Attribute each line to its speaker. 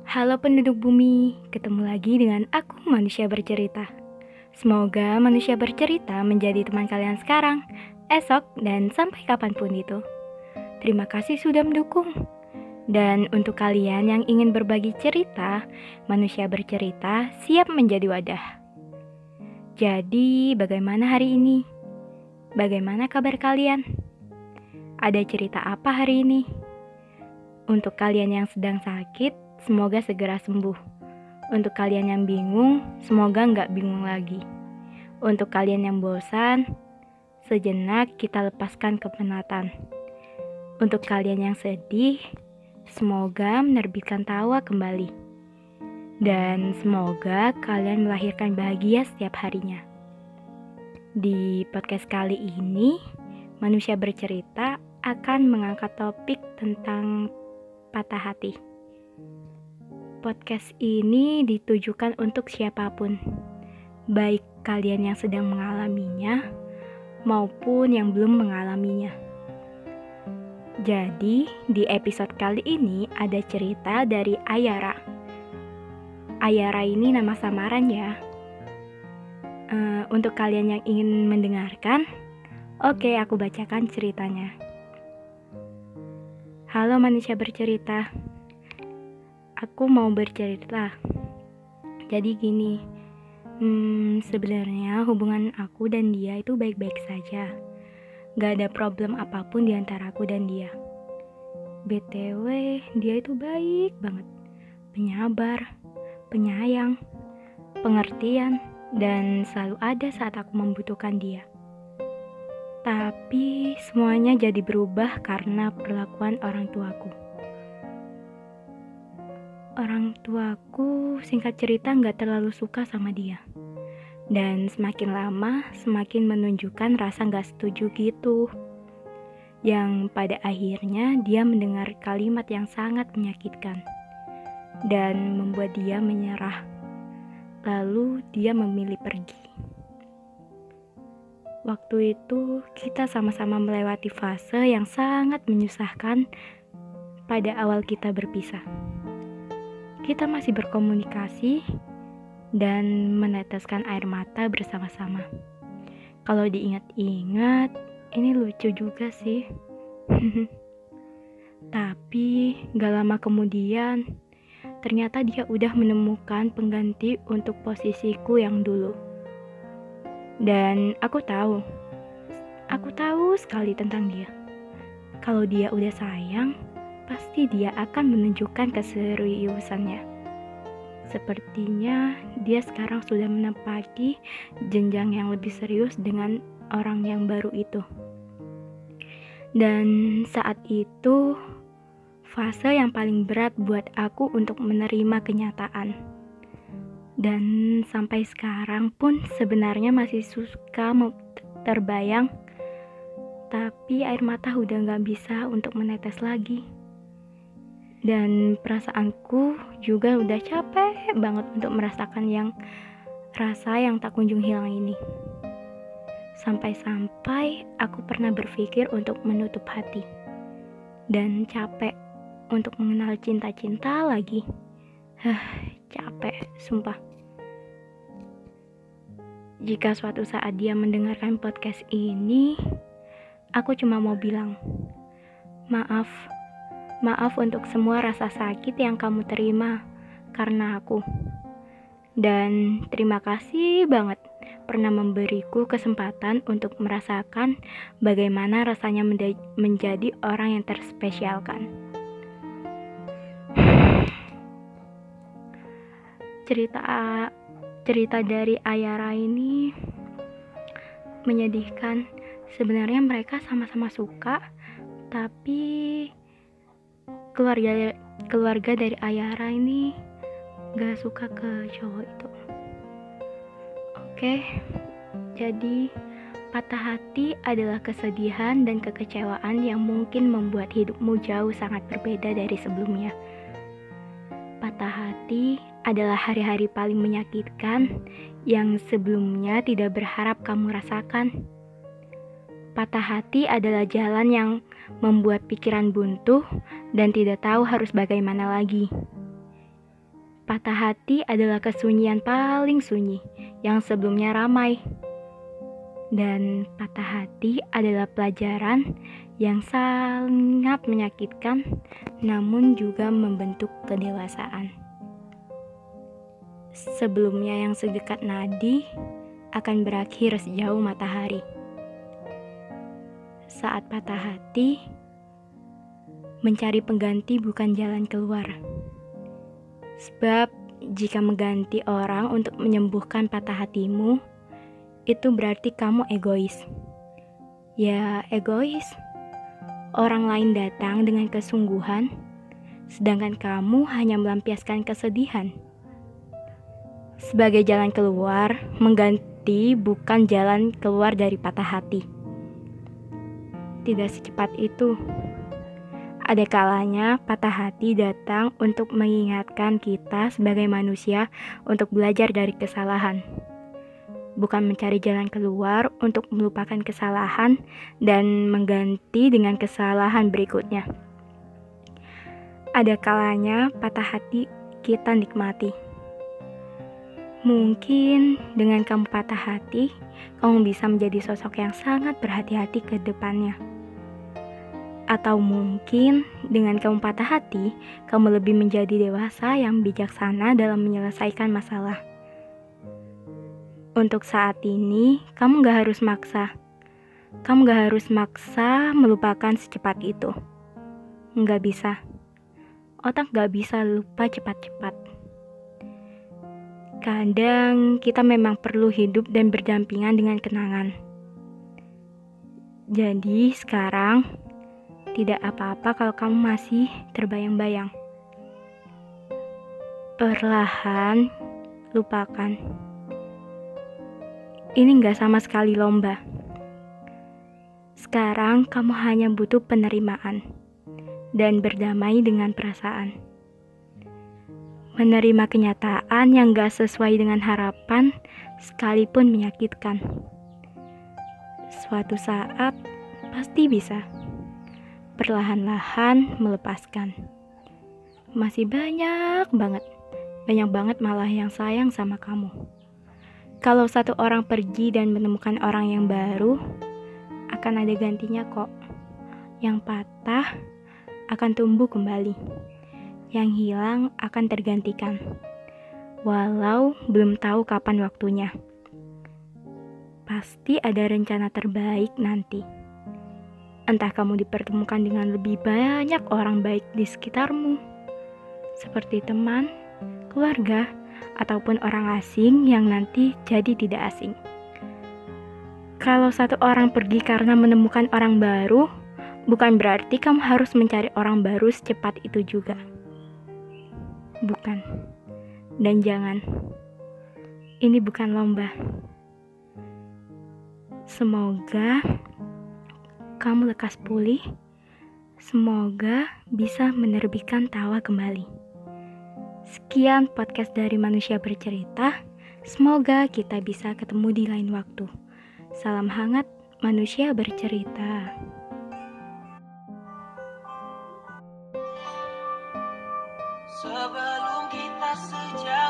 Speaker 1: Halo penduduk bumi, ketemu lagi dengan aku Manusia Bercerita. Semoga Manusia Bercerita menjadi teman kalian sekarang, esok, dan sampai kapanpun itu. Terima kasih sudah mendukung. Dan untuk kalian yang ingin berbagi cerita, Manusia Bercerita siap menjadi wadah. Jadi, bagaimana hari ini? Bagaimana kabar kalian? Ada cerita apa hari ini? Untuk kalian yang sedang sakit, semoga segera sembuh. Untuk kalian yang bingung, semoga nggak bingung lagi. Untuk kalian yang bosan, sejenak kita lepaskan kepenatan. Untuk kalian yang sedih, semoga menerbitkan tawa kembali. Dan semoga kalian melahirkan bahagia setiap harinya. Di podcast kali ini, Manusia Bercerita akan mengangkat topik tentang patah hati. Podcast ini ditujukan untuk siapapun, baik kalian yang sedang mengalaminya maupun yang belum mengalaminya. Jadi, di episode kali ini ada cerita dari Ayara. Ayara ini nama samaran ya. Untuk kalian yang ingin mendengarkan, oke, aku bacakan ceritanya. Halo Manusia Bercerita. Aku mau bercerita. Jadi gini, sebenarnya hubungan aku dan dia itu baik-baik saja. Gak ada problem apapun di antara aku dan dia. BTW, dia itu baik banget. Penyabar, penyayang, pengertian, dan selalu ada saat aku membutuhkan dia. Tapi semuanya jadi berubah karena perlakuan orang tuaku. Orang tuaku singkat cerita gak terlalu suka sama dia. Dan semakin lama semakin menunjukkan rasa gak setuju gitu. Yang pada akhirnya dia mendengar kalimat yang sangat menyakitkan. Dan membuat dia menyerah. Lalu dia memilih pergi. Waktu itu kita sama-sama melewati fase yang sangat menyusahkan pada awal kita berpisah. Kita masih berkomunikasi dan meneteskan air mata bersama-sama. Kalau diingat-ingat, ini lucu juga sih. Tapi gak lama kemudian, ternyata dia udah menemukan pengganti untuk posisiku yang dulu. Dan aku tahu sekali tentang dia. Kalau dia udah sayang, pasti dia akan menunjukkan keseriusannya. Sepertinya dia sekarang sudah menempati jenjang yang lebih serius dengan orang yang baru itu. Dan saat itu, fase yang paling berat buat aku untuk menerima kenyataan. Dan sampai sekarang pun sebenarnya masih suka terbayang, tapi air mata udah gak bisa untuk menetes lagi. Dan perasaanku juga udah capek banget untuk merasakan rasa yang tak kunjung hilang ini. Sampai-sampai aku pernah berpikir untuk menutup hati. Dan capek untuk mengenal cinta-cinta lagi. Capek, sumpah. Jika suatu saat dia mendengarkan podcast ini, aku cuma mau bilang, Maaf untuk semua rasa sakit yang kamu terima karena aku. Dan terima kasih banget pernah memberiku kesempatan untuk merasakan bagaimana rasanya menjadi orang yang terspesialkan. Cerita dari Ayara ini menyedihkan. Sebenarnya mereka sama-sama suka, tapi keluarga dari Ayara ini gak suka ke cowok itu. Oke, jadi patah hati adalah kesedihan dan kekecewaan yang mungkin membuat hidupmu jauh sangat berbeda dari sebelumnya. Patah hati adalah hari-hari paling menyakitkan yang sebelumnya tidak berharap kamu rasakan. Patah hati adalah jalan yang membuat pikiran buntu dan tidak tahu harus bagaimana lagi. Patah hati adalah kesunyian paling sunyi yang sebelumnya ramai. Dan patah hati adalah pelajaran yang sangat menyakitkan namun juga membentuk kedewasaan. Sebelumnya yang sedekat nadi akan berakhir sejauh matahari. Saat patah hati, mencari pengganti bukan jalan keluar. Sebab jika mengganti orang untuk menyembuhkan patah hatimu, itu berarti kamu egois. Ya, egois. Orang lain datang dengan kesungguhan, sedangkan kamu hanya melampiaskan kesedihan. Sebagai jalan keluar, mengganti bukan jalan keluar dari patah hati. Tidak secepat itu. Ada kalanya patah hati datang untuk mengingatkan kita sebagai manusia untuk belajar dari kesalahan. Bukan mencari jalan keluar untuk melupakan kesalahan dan mengganti dengan kesalahan berikutnya. Ada kalanya patah hati kita nikmati. Mungkin dengan kamu patah hati, kamu bisa menjadi sosok yang sangat berhati-hati ke depannya. Atau mungkin dengan kamu patah hati, kamu lebih menjadi dewasa yang bijaksana dalam menyelesaikan masalah. Untuk saat ini, kamu gak harus maksa. Kamu gak harus maksa melupakan secepat itu. Gak bisa. Otak gak bisa lupa cepat-cepat. Kadang kita memang perlu hidup dan berdampingan dengan kenangan. Jadi sekarang, tidak apa-apa kalau kamu masih terbayang-bayang. Perlahan, lupakan. Ini gak sama sekali lomba. Sekarang kamu hanya butuh penerimaan dan berdamai dengan perasaan. Menerima kenyataan yang gak sesuai dengan harapan sekalipun menyakitkan. Suatu saat pasti bisa. Perlahan-lahan melepaskan. Masih banyak banget malah yang sayang sama kamu. Kalau satu orang pergi dan menemukan orang yang baru, akan ada gantinya kok. Yang patah akan tumbuh kembali. Yang hilang akan tergantikan. Walau belum tahu kapan waktunya. Pasti ada rencana terbaik nanti. Entah kamu dipertemukan dengan lebih banyak orang baik di sekitarmu, seperti teman, keluarga, ataupun orang asing yang nanti jadi tidak asing. Kalau satu orang pergi karena menemukan orang baru, bukan berarti kamu harus mencari orang baru secepat itu juga. Bukan. Dan jangan. Ini bukan lomba. Semoga kamu lekas pulih. Semoga bisa menerbitkan tawa kembali. Sekian podcast dari Manusia Bercerita. Semoga kita bisa ketemu di lain waktu. Salam hangat Manusia Bercerita.
Speaker 2: Sebelum kita sejauh